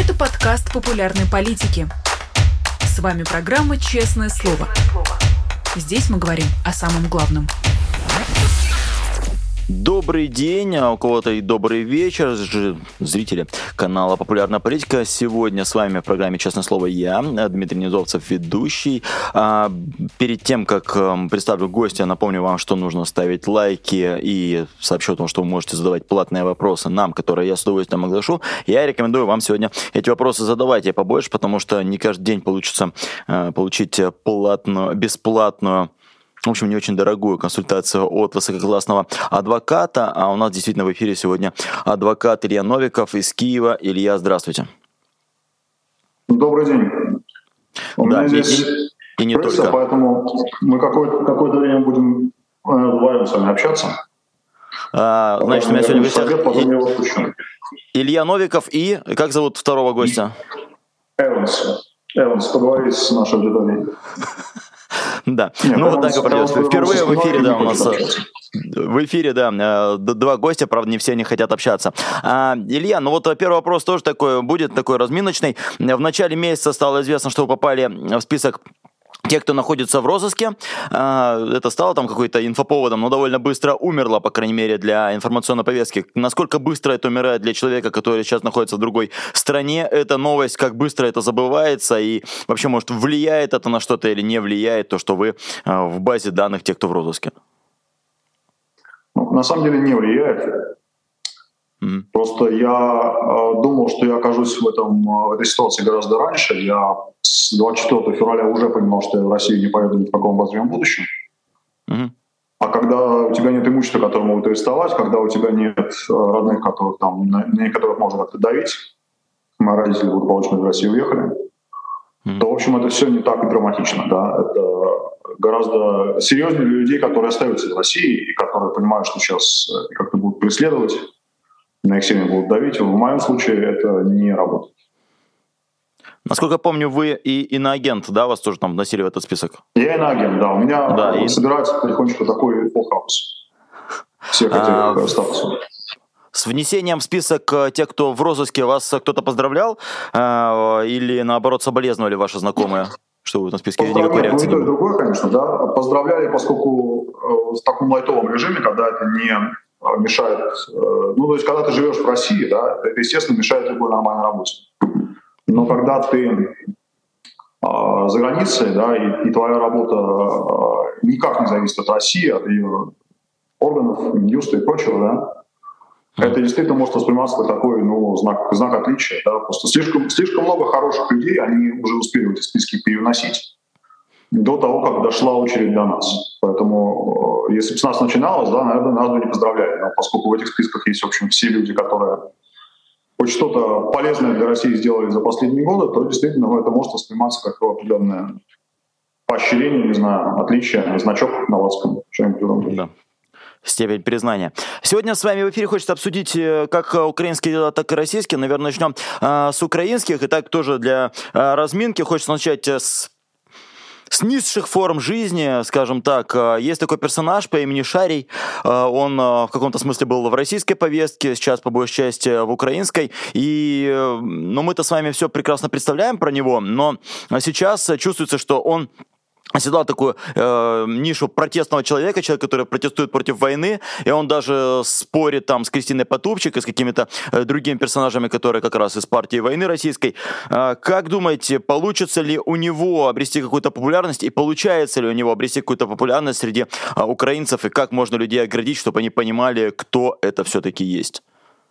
Это подкаст популярной политики. С вами программа «Честное слово». Здесь мы говорим о самом главном. Добрый день, а у кого-то и добрый вечер, зрители канала «Популярная политика». Сегодня с вами в программе «Честное слово» я, Дмитрий Низовцев, ведущий. Перед тем, как представлю гостя, напомню вам, что нужно ставить лайки и сообщу о том, что вы можете задавать платные вопросы нам, которые я с удовольствием оглашу. Я рекомендую вам сегодня эти вопросы задавать и побольше, потому что не каждый день получится получить бесплатную, в общем, не очень дорогую консультацию от высококлассного адвоката. А у нас действительно в эфире сегодня адвокат Илья Новиков из Киева. Илья, здравствуйте. Добрый день. У меня здесь и не пресса, только. Поэтому мы какое-то время будем вдвоем с вами общаться. Значит, у меня сегодня в гостях потом я его отпущу. Илья Новиков и... Как зовут второго гостя? Эванс, поговорить с нашей аудиторией. Да, вот так и придется. Впервые в эфире, да, у нас в эфире, да, два гостя, правда, не все не хотят общаться. Илья, ну вот первый вопрос тоже будет такой разминочный. В начале месяца стало известно, что вы попали в список тех, кто находится в розыске. Это стало там какой-то инфоповодом, но довольно быстро умерло, по крайней мере, для информационной повестки. Насколько быстро это умирает для человека, который сейчас находится в другой стране, эта новость, как быстро это забывается, и вообще, может, влияет это на что-то или не влияет то, что вы в базе данных тех, кто в розыске? На самом деле не влияет. Просто я думал, что я окажусь в этой ситуации гораздо раньше. Я с 24 февраля уже понимал, что я в Россию не поеду ни в каком обозримом будущем. А когда у тебя нет имущества, которое могут арестовать, когда у тебя нет родных, на которых можно как-то давить, мои родители благополучно в Россию уехали, то, в общем, это все не так и драматично. Да? Это гораздо серьезнее для людей, которые остаются в России и которые понимают, что сейчас как-то будут преследовать, на их семьи будут давить. В моем случае это не работает. Насколько я помню, вы и иноагент, да, вас тоже там вносили в этот список? Я иноагент, да. У меня собирается потихонечку такой фулл-хаус всех этих статусов. С внесением в список тех, кто в розыске, вас кто-то поздравлял или, наоборот, соболезновали ваши знакомые, что вы в этом списке? Никакой реакции не было? И другое, конечно, да. Поздравляли, поскольку в таком лайтовом режиме, когда это не мешает... то есть, когда ты живешь в России, да, это, естественно, мешает любой нормальной работе. Но когда ты за границей, да, и твоя работа никак не зависит от России, от ее органов, Минюста и прочего, да, это действительно может восприниматься как такой знак отличия. Да, просто слишком много хороших людей, они уже успели в эти списки переносить до того, как дошла очередь до нас. Поэтому, если бы с нас начиналось, да, наверное, нас бы не поздравляли. Но поскольку в этих списках есть, в общем, все люди, которые хоть что-то полезное для России сделали за последние годы, то действительно это может восприниматься как определенное поощрение, не знаю, отличие, значок на лацкане, что-нибудь подобное. Да. Степень признания. Сегодня с вами в эфире хочется обсудить как украинские дела, так и российские. Наверное, начнем с украинских. И так тоже для разминки хочется начать с низших форм жизни, скажем так. Есть такой персонаж по имени Шарий. Он в каком-то смысле был в российской повестке, сейчас по большей части в украинской. И мы-то с вами все прекрасно представляем про него, но сейчас чувствуется, что он оседлал такую нишу протестного человека, который протестует против войны, и он даже спорит там с Кристиной Потупчик и с какими-то другими персонажами, которые как раз из партии войны российской. Как думаете, получится ли у него обрести какую-то популярность, и получается ли у него обрести какую-то популярность среди украинцев, и как можно людей оградить, чтобы они понимали, кто это все-таки есть?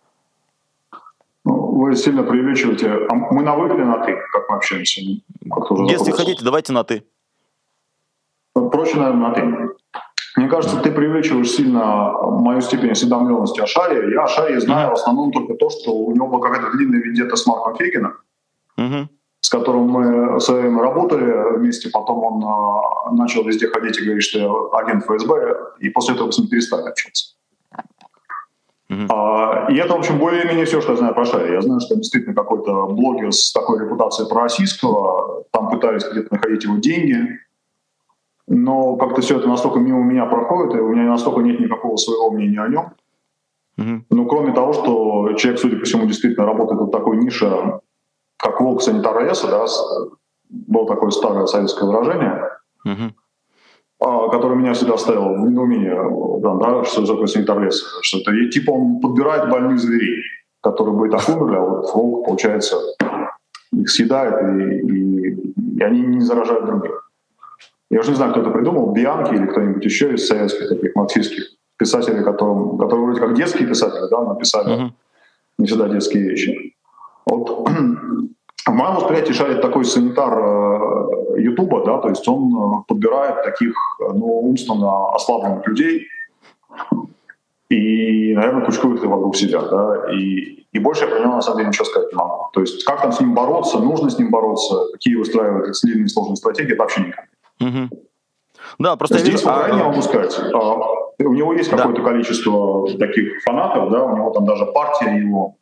Вы сильно преувеличиваете. Мы на «вы» или на «ты», как мы общаемся? Если хотите, давайте на «ты». Проще, наверное, на «ты». Мне кажется, ты преувеличиваешь сильно мою степень осведомленности о Шарии. Я о Шарии знаю в основном только то, что у него была какая-то длинная вендетта с Марком Фейгином, с которым мы в свое время работали вместе. Потом он начал везде ходить и говорить, что я агент ФСБ, и после этого с ним перестали общаться. И это, в общем, более-менее все, что я знаю про Шария. Я знаю, что действительно какой-то блогер с такой репутацией пророссийского, там пытались где-то находить его деньги, но как-то все это настолько мимо меня проходит, и у меня настолько нет никакого своего мнения о нем. Ну, кроме того, что человек, судя по всему, действительно работает в такой нише как волк санитар леса, да, было такое старое советское выражение, которое меня всегда ставило в недоумении, да, что такое санитар леса, что это типа он подбирает больных зверей, которые бы и так умерли, а вот волк, получается, их съедает, и они не заражают других. Я уже не знаю, кто это придумал, Бианки или кто-нибудь еще из советских таких марксистских писателей, которые вроде как детские писатели, да, написали не всегда детские вещи. Вот. В моем восприятии шарит такой санитар Ютуба, да, то есть он подбирает таких, умственно ослабленных людей и, наверное, кучкует их вокруг себя, да, и больше я про него на самом деле ничего сказать не могу. То есть как там с ним бороться, нужно с ним бороться, какие выстраивать длинные сложные стратегии, это вообще никак. Да, просто здесь в Украине, я могу сказать, у него есть какое-то количество таких фанатов, да, у него там даже партия его,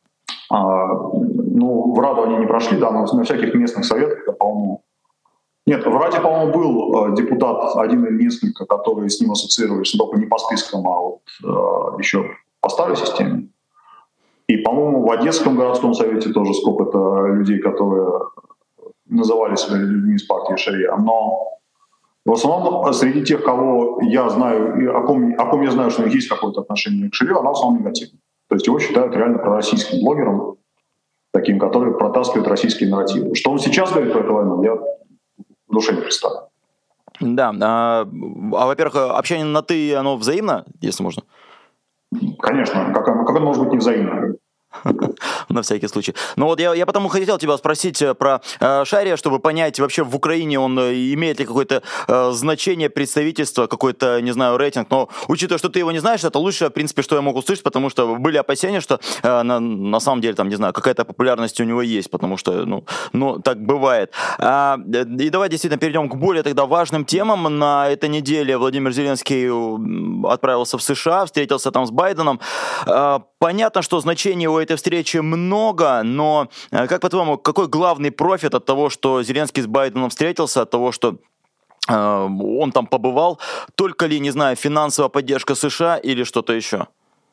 в Раду они не прошли, да, но на всяких местных советах, по-моему... Нет, в Раде, по-моему, был депутат, один из нескольких, которые с ним ассоциировались, только не по спискам, а вот еще по старой системе. И, по-моему, в Одесском городском совете тоже сколько-то людей, которые называли себя людьми из партии Шария. Но в основном среди тех, кого я знаю, и о ком я знаю, что у них есть какое-то отношение к Шарию, она в основном негативная. То есть его считают реально пророссийским блогером, таким, который протаскивает российские нарративы. Что он сейчас говорит про эту войну, я в душе не представляю. Да, во-первых, общение на «ты», оно взаимно, если можно? Конечно, как оно может быть не взаимно? На всякий случай. Ну вот я потому хотел тебя спросить про Шария, чтобы понять, вообще в Украине он имеет ли какое-то значение представительства, какой-то, не знаю, рейтинг. Но учитывая, что ты его не знаешь, это лучшее, в принципе, что я мог услышать, потому что были опасения, что на самом деле, там, не знаю, какая-то популярность у него есть, потому что, так бывает. И давай действительно перейдем к более тогда важным темам. На этой неделе Владимир Зеленский отправился в США, встретился там с Байденом. Понятно, что значение у этой встречи много, но как по-твоему, какой главный профит от того, что Зеленский с Байденом встретился, от того, что он там побывал? Только ли, не знаю, финансовая поддержка США или что-то еще?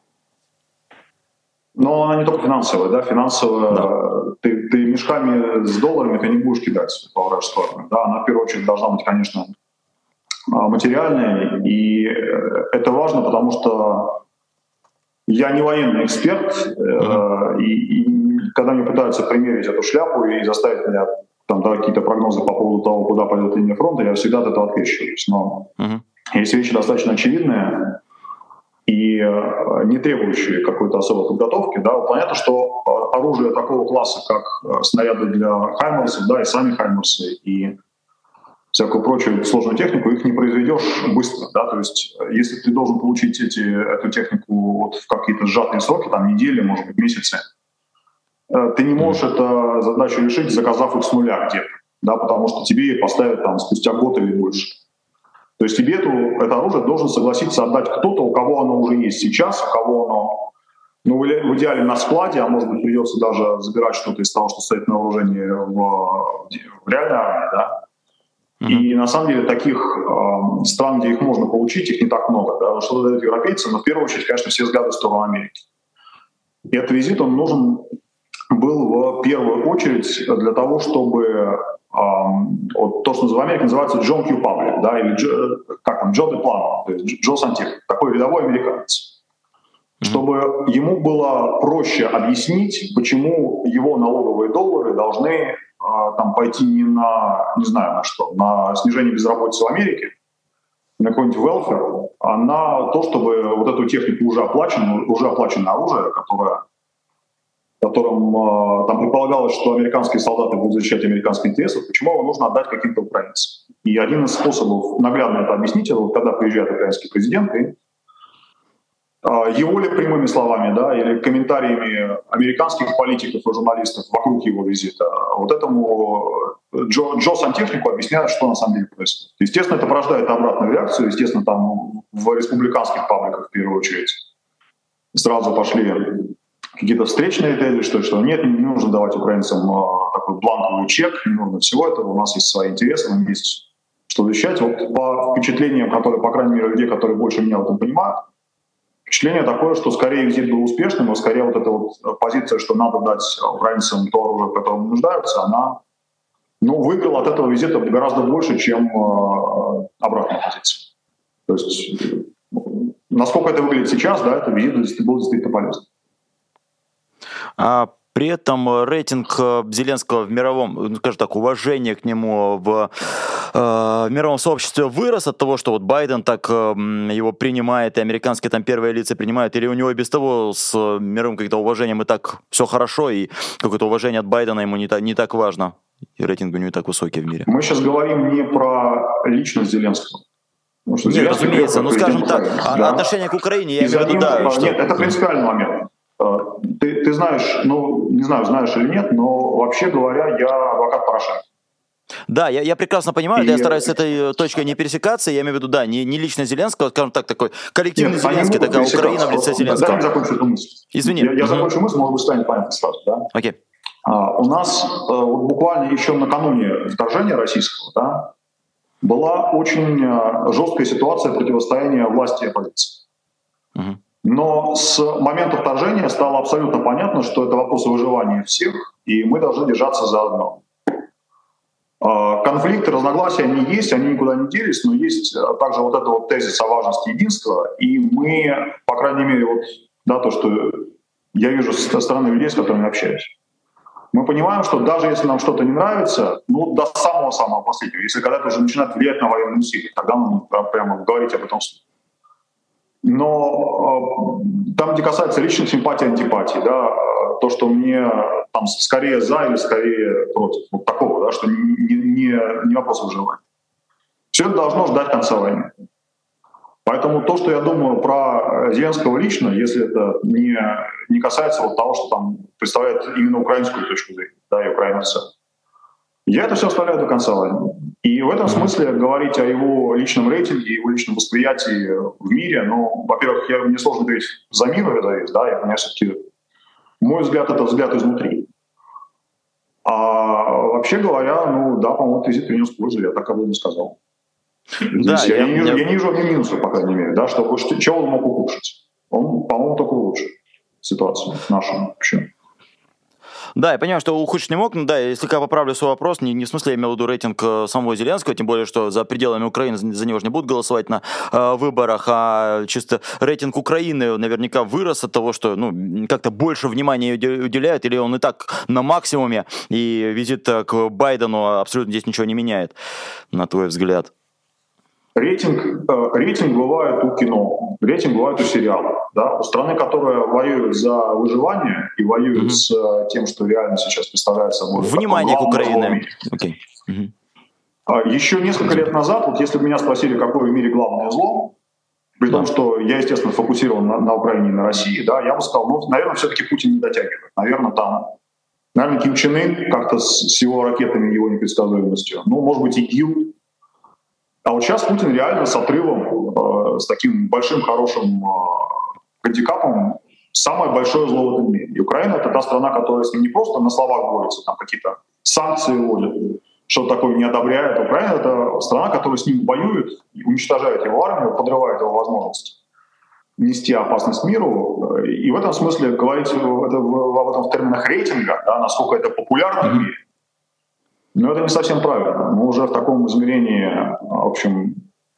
Но она не только финансовая, да, финансовая, да. Ты мешками с долларами ты не будешь кидать по вражескую армию, да, она в первую очередь должна быть, конечно, материальной, и это важно, потому что я не военный эксперт, и когда мне пытаются примерить эту шляпу и заставить меня там дать какие-то прогнозы по поводу того, куда пойдет линия фронта, я всегда от этого открещиваюсь. Но если вещи достаточно очевидные и не требующие какой-то особой подготовки, да, понятно, что оружие такого класса, как снаряды для хаймерсов, да, и сами хаймерсы, и всякую прочую сложную технику, их не произведешь быстро, да, то есть если ты должен получить эту технику вот в какие-то сжатые сроки, там недели, может быть, месяцы, ты не можешь эту задачу решить, заказав их с нуля где-то, да, потому что тебе поставят там спустя год или больше. То есть тебе это оружие должен согласиться отдать кто-то, у кого оно уже есть сейчас, у кого оно, в идеале на складе, а может быть придется даже забирать что-то из того, что стоит на вооружении в реальной армии, да. И на самом деле таких стран, где их можно получить, их не так много. Да? Что дают европейцы, но в первую очередь, конечно, все взгляды в сторону Америки. И этот визит, он нужен был в первую очередь для того, чтобы вот то, что в Америке называется Джон Q. Public, да, или Джо де Плано, то есть Джо Сантехник, такой рядовой американец. Чтобы ему было проще объяснить, почему его налоговые доллары должны там пойти не на, не знаю на что, на снижение безработицы в Америке, на какой-нибудь welfare, а на то, чтобы вот эту технику уже оплаченное оружие, которым там предполагалось, что американские солдаты будут защищать американские интересы, почему его нужно отдать каким-то украинцам. И один из способов наглядно это объяснить, это вот когда приезжает украинский президент и его ли прямыми словами, да, или комментариями американских политиков и журналистов вокруг его визита, вот этому Джо Сантехнику объясняют, что на самом деле происходит. Естественно, это порождает обратную реакцию, естественно, там в республиканских пабликах в первую очередь сразу пошли какие-то встречные тези, что нет, не нужно давать украинцам такой бланковый чек, не нужно всего этого, у нас есть свои интересы, нам есть что защищать. Вот по впечатлениям, которые, по крайней мере, людей, которые больше меня в этом понимают, впечатление такое, что скорее визит был успешным, а скорее вот эта вот позиция, что надо дать украинцам то оружие, в котором нуждаются, она выиграла от этого визита гораздо больше, чем обратная позиция. То есть, насколько это выглядит сейчас, да, этот визит был действительно полезен. При этом рейтинг Зеленского в мировом, скажем так, уважение к нему в мировом сообществе вырос от того, что вот Байден так его принимает, и американские там первые лица принимают, или у него и без того с мировым каким-то уважением и так все хорошо, и какое-то уважение от Байдена ему не так важно, и рейтинг у него не так высокий в мире? Мы сейчас говорим не про личность Зеленского. Нет, разумеется, скажем так, да? Отношение к Украине, я имею в виду, да. Нет, это принципиальный момент. Ты знаешь, не знаю, знаешь или нет, но вообще говоря, я адвокат Порошенко. Да, я прекрасно понимаю, я стараюсь с этой точкой не пересекаться, я имею в виду, да, не лично Зеленского, скажем так, такой коллективный Зеленский, такая Украина в лице Зеленского. Дай мне закончу эту мысль. Извини. Я закончу мысль, может быть, станет понятно сразу, да? Окей. У нас буквально еще накануне вторжения российского, да, была очень жесткая ситуация противостояния власти и оппозиции. Но с момента вторжения стало абсолютно понятно, что это вопрос выживания всех, и мы должны держаться заодно. Конфликты, разногласия, они есть, они никуда не делись, но есть также вот этот вот тезис о важности единства, и мы, по крайней мере, вот, да, то, что я вижу со стороны людей, с которыми общаюсь, мы понимаем, что даже если нам что-то не нравится, до самого-самого последнего, если когда-то уже начинает влиять на военные усилия, тогда нам прямо говорить об этом. Но там, где касается личных симпатий и антипатий, да, то, что мне там скорее за или скорее против, вот такого, да, что не вопрос выживания. Все это должно ждать конца войны. Поэтому то, что я думаю про Зеленского лично, если это не касается вот того, что там представляет именно украинскую точку зрения, да, и Украина в целом, я это все оставляю до конца войны. И в этом смысле говорить о его личном рейтинге, его личном восприятии в мире, во-первых, мне сложно говорить за мир, это есть, да, у меня все-таки мой взгляд — это взгляд изнутри. А вообще говоря, да, по-моему, визит принес пользу, я так об этом сказал. Да, я не вижу ни минусов, по крайней мере, да, чего он мог ухудшить. Он, по-моему, только улучшит ситуацию нашу вообще. Да, я понимаю, что ухудшить не мог, но да, если я поправлю свой вопрос, не в смысле я имел в виду рейтинг самого Зеленского, тем более, что за пределами Украины за него же не будут голосовать на выборах, а чисто рейтинг Украины наверняка вырос от того, что как-то больше внимания уделяют, или он и так на максимуме, и визит к Байдену абсолютно здесь ничего не меняет, на твой взгляд. Рейтинг бывает у кино, рейтинг бывает у сериала. Да? У страны, которая воюет за выживание и воюет с тем, что реально сейчас представляет собой... Внимание к Украине. Еще несколько лет назад, вот если бы меня спросили, какое в мире главное зло, при том, что я, естественно, фокусирован на Украине и на России, да, я бы сказал, наверное, все-таки Путин не дотягивает. Наверное, Ким Чен Ын как-то с его ракетами и его непредсказуемостью. Может быть, ИГИЛ. А вот сейчас Путин реально с отрывом, с таким большим, хорошим гандикапом, самое большое зло в этом мире. И Украина — это та страна, которая с ним не просто на словах борется, там какие-то санкции вводит, что-то такое не одобряет. Украина — это страна, которая с ним воюет, уничтожает его армию, подрывает его возможность нести опасность миру. И в этом смысле говорить об этом в терминах рейтинга, да, насколько это популярно в мире, но это не совсем правильно. Мы уже в таком измерении, в общем,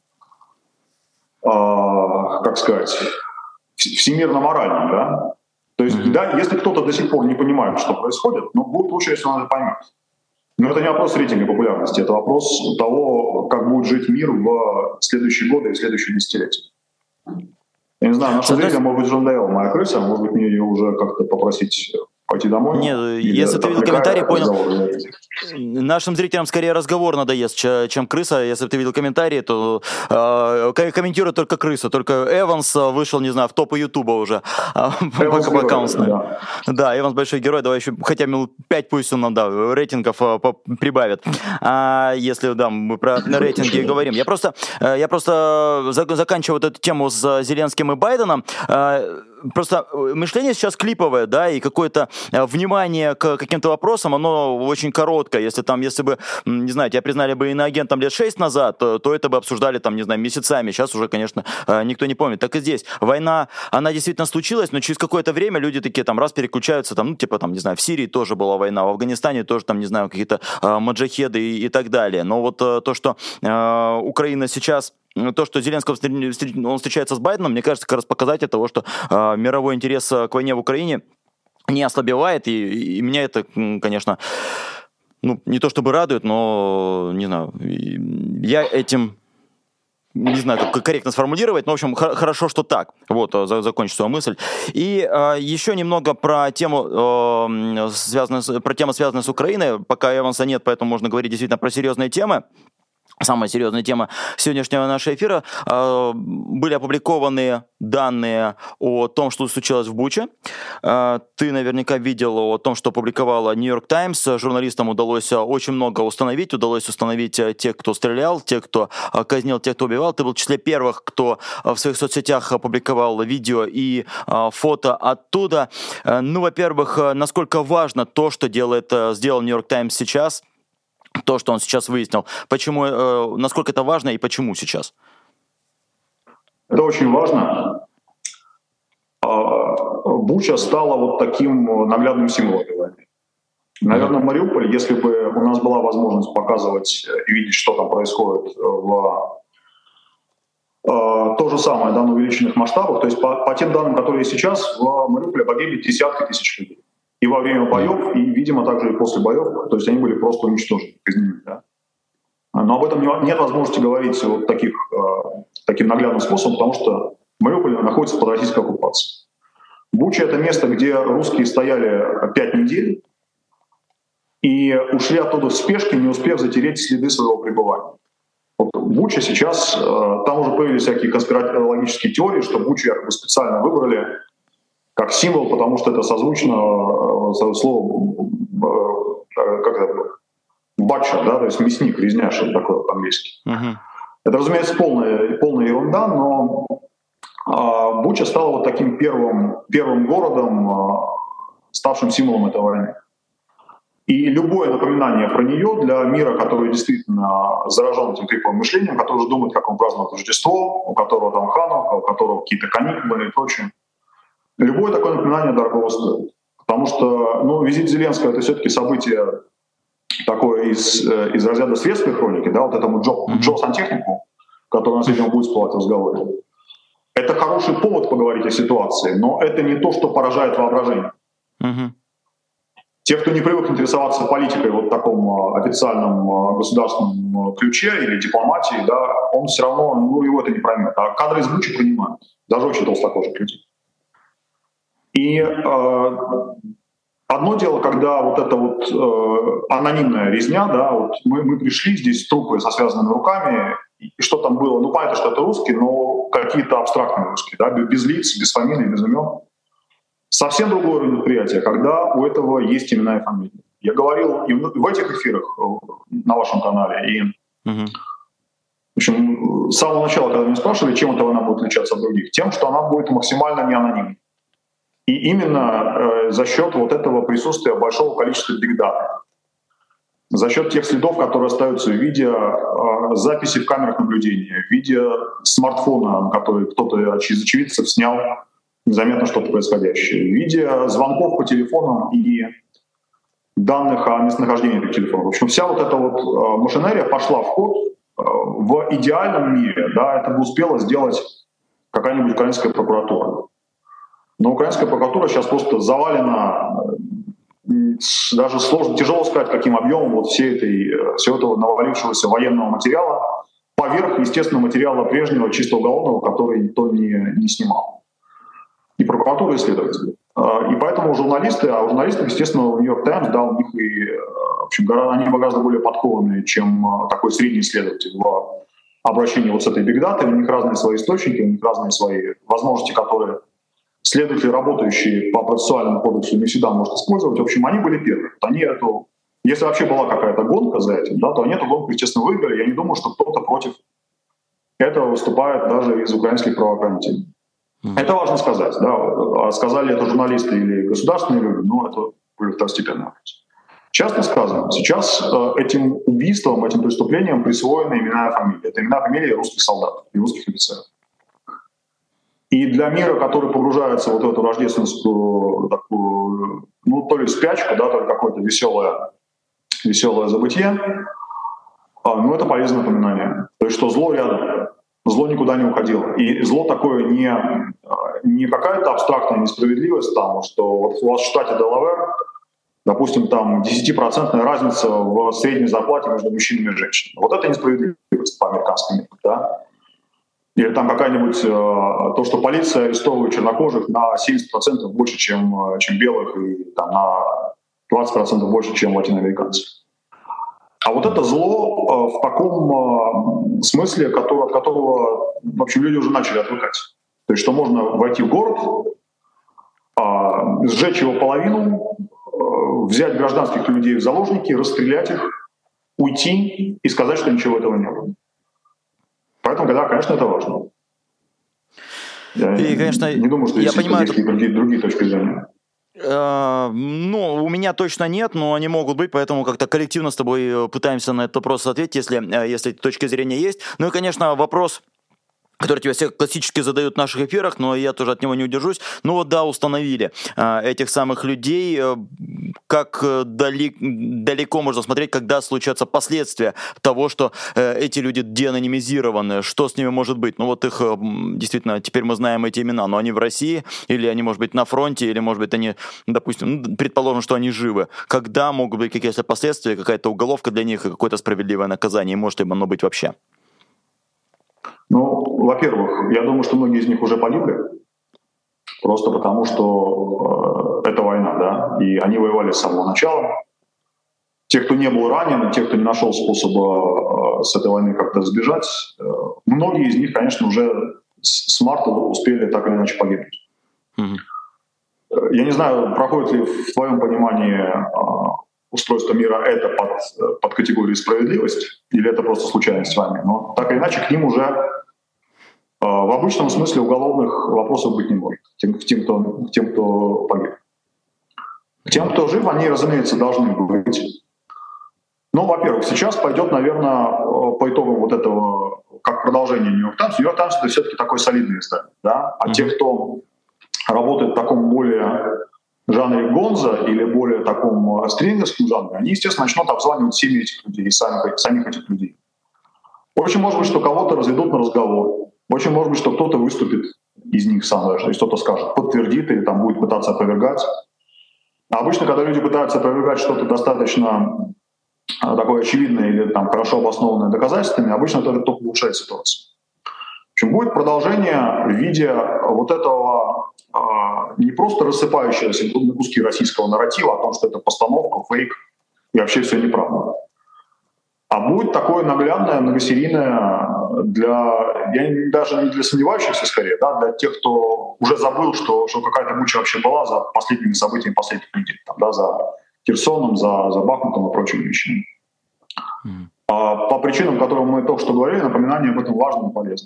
как сказать, всемирно-моральном, да? То есть, да, если кто-то до сих пор не понимает, что происходит, будет лучше, если он это поймет. Но это не вопрос рейтинга популярности, это вопрос того, как будет жить мир в следующие годы и в следующие десятилетия. Я не знаю, нашим зрителям, может быть, уже надоела моя крыса, может быть, мне ее уже как-то попросить пойти домой. Нет, если ты видел комментарий, понял. Нашим зрителям скорее разговор надоест, чем крыса. Если ты видел комментарии, то комментирует только крыса. Только Эванс вышел, не знаю, в топы Ютуба уже. Эванс герой, да, Эванс большой герой. Давай еще хотя бы 5 пусть он нам рейтингов прибавит. Если мы про рейтинги говорим. Я просто заканчиваю вот эту тему с Зеленским и Байденом. просто мышление сейчас клиповое, да, и какое-то внимание к каким-то вопросам, оно очень короткое. Если бы, не знаю, тебя признали бы иноагентом лет 6 назад, то это бы обсуждали, там, не знаю, месяцами. Сейчас уже, конечно, никто не помнит. Так и здесь. Война, она действительно случилась, но через какое-то время люди такие там раз переключаются, там, не знаю, в Сирии тоже была война, в Афганистане тоже, там, не знаю, какие-то маджахеды и так далее. Но вот то, что Украина сейчас, то, что Зеленский он встречается с Байденом, мне кажется, как раз показатель того, что мировой интерес к войне в Украине не ослабевает, и меня это, конечно, не то чтобы радует, но, не знаю, я этим... Не знаю, как корректно сформулировать, но, в общем, хорошо, что так. Вот, закончу свою мысль. И еще немного про тему, связанную с Украиной. Пока Эванса нет, поэтому можно говорить действительно про серьезные темы. Самая серьезная тема сегодняшнего нашего эфира. Были опубликованы данные о том, что случилось в Буче. Ты наверняка видел о том, что опубликовала Нью-Йорк Таймс. Журналистам удалось очень много установить. Удалось установить тех, кто стрелял, тех, кто казнил, тех, кто убивал. Ты был в числе первых, кто в своих соцсетях опубликовал видео и фото оттуда. Во-первых, насколько важно то, что сделал Нью-Йорк Таймс сейчас, то, что он сейчас выяснил. Почему, насколько это важно и почему сейчас? Это очень важно. Буча стала вот таким наглядным символом этой войны. Наверное, в Мариуполе, если бы у нас была возможность показывать и видеть, что там происходит то же самое, да, на увеличенных масштабах, то есть по тем данным, которые есть сейчас, в Мариуполе погибли десятки тысяч людей. И во время боев, и, видимо, также и после боев, то есть они были просто уничтожены, казнены, да? Но об этом нет возможности говорить вот таким наглядным способом, потому что Мариуполь находится под российской оккупацией. Буча — это место, где русские стояли 5 недель и ушли оттуда в спешке, не успев затереть следы своего пребывания. Вот Буча сейчас, там уже появились всякие конспирологические теории, что Бучу якобы специально выбрали как символ, потому что это созвучно слову бача, да, то есть мясник, резня, что такое по-английски. Это, разумеется, полная ерунда, но Буча стала вот таким первым городом, ставшим символом этой войны. И любое напоминание про нее для мира, который действительно заражен этим криповым мышлением, который уже думает, как он празднует Рождество, у которого там Ханука, у которого какие-то каникулы и прочее, любое такое напоминание дорого стоит. Потому что визит Зеленского — это все-таки событие такое из разряда светской хроники, да, вот этому Джо Сантехнику, который у нас, видимо, будет всплывать в разговоре. Это хороший повод поговорить о ситуации, но это не то, что поражает воображение. Те, кто не привык интересоваться политикой вот в таком официальном государственном ключе или дипломатии, да, он все равно, его это не проймет. А кадры из Бучи принимают, даже очень толстокожих людей. И одно дело, когда вот эта вот анонимная резня, да, вот мы пришли, здесь трупы со связанными руками, и что там было, понятно, что это русские, но какие-то абстрактные русские, да, без лиц, без фамилий, без имен. Совсем другое мероприятие, когда у этого есть имена и фамилии. Я говорил и в этих эфирах на вашем канале, и в общем, с самого начала, когда меня спрашивали, чем эта война будет отличаться от других, тем, что она будет максимально неанонимной. И именно за счет вот этого присутствия большого количества бигдата, за счет тех следов, которые остаются в виде записи в камерах наблюдения, в виде смартфона, который кто-то из очевидцев снял незаметно что-то происходящее, в виде звонков по телефонам и данных о местонахождении этих телефонов. В общем, вся вот эта вот машинерия пошла в ход. В идеальном мире, да, это бы успела сделать какая-нибудь украинская прокуратура. Но украинская прокуратура сейчас просто завалена, даже сложно, тяжело сказать, каким объемом вот всего этого навалившегося военного материала поверх, естественно, материала прежнего, чисто уголовного, который никто не снимал. И прокуратура, и следователи. И поэтому журналистам, естественно, Нью-Йорк Таймс дал них и, в общем, они гораздо более подкованные, чем такой средний следователь в обращении вот с этой бигдатой. У них разные свои источники, у них разные свои возможности, которые следователи, работающие по процессуальному кодексу, не всегда могут использовать. В общем, они были первые. Если вообще была какая-то гонка за этим, да, то они эту гонку, естественно, выиграли. Я не думаю, что кто-то против этого выступает даже из украинских правоохранителей. Это важно сказать. Да? А сказали это журналисты или государственные люди, это были второстепенный вопрос. Часто сказано, сейчас этим убийством, этим преступлением присвоены имена и фамилии. Это имена и фамилии русских солдат и русских офицеров. И для мира, который погружается в эту рождественскую такую, то ли спячку, да, то ли какое-то веселое забытье, это полезное напоминание. То есть, что зло рядом, зло никуда не уходило. И зло такое не какая-то абстрактная несправедливость, что вот у вас в штате Делавэр, допустим, там 10% разница в средней зарплате между мужчинами и женщинами. Вот это несправедливость по американскому методу, да? Или там какая-нибудь то, что полиция арестовывает чернокожих на 70% больше, чем белых, и там, на 20% больше, чем латиноамериканцев. А вот это зло в таком смысле, от которого, в общем, люди уже начали отвыкать. То есть, что можно войти в город, сжечь его половину, взять гражданских людей в заложники, расстрелять их, уйти и сказать, что ничего этого не было. Поэтому, да, конечно, это важно. Я не думаю, что есть какие-то другие точки зрения. У меня точно нет, но они могут быть, поэтому как-то коллективно с тобой пытаемся на этот вопрос ответить, если эти точки зрения есть. И, конечно, вопрос, который тебе все классически задают в наших эфирах, но я тоже от него не удержусь. Установили этих самых людей, как далеко можно смотреть, когда случатся последствия того, что эти люди деанонимизированы, что с ними может быть. Их действительно, теперь мы знаем эти имена, но они в России, или они, может быть, на фронте, или, может быть, они, допустим, предположим, что они живы. Когда могут быть какие-то последствия, какая-то уголовка для них и какое-то справедливое наказание, и может ли оно быть вообще? Во-первых, я думаю, что многие из них уже погибли, просто потому что это война, да, и они воевали с самого начала. Те, кто не был ранен, те, кто не нашел способа с этой войны как-то сбежать, многие из них, конечно, уже с марта успели так или иначе погибнуть. Я не знаю, проходит ли в твоем понимании устройство мира это под категорией справедливость, или это просто случайность с вами, но так или иначе к ним уже в обычном смысле уголовных вопросов быть не может, тем, кто погиб. Тем, кто жив, они, разумеется, должны быть. Во-первых, сейчас пойдет, наверное, по итогам вот этого, как продолжение Нью-Йорк Таймс. Нью-Йорк Таймс — это все-таки такое солидное издание, да? А те, кто работает в таком более жанре гонза или более таком стрингерском жанре, они, естественно, начнут обзванивать семьи этих людей и самих этих людей. Очень может быть, что кого-то разведут на разговор. Очень может быть, что кто-то выступит из них сам даже, то есть кто-то скажет, подтвердит или там будет пытаться опровергать. А обычно, когда люди пытаются опровергать что-то достаточно такое очевидное или там хорошо обоснованное доказательствами, обычно это только улучшает ситуацию. В общем, будет продолжение в виде вот этого не просто рассыпающегося на куски российского нарратива о том, что это постановка, фейк и вообще все неправда. А будет такое наглядное, многосерийное даже не для сомневающихся скорее, да, для тех, кто уже забыл, что какая-то буча вообще была за последними событиями последних недель, за Херсоном, за Бахмутом и прочими вещами. По причинам, которым мы только что говорили, напоминание об этом важно и полезно.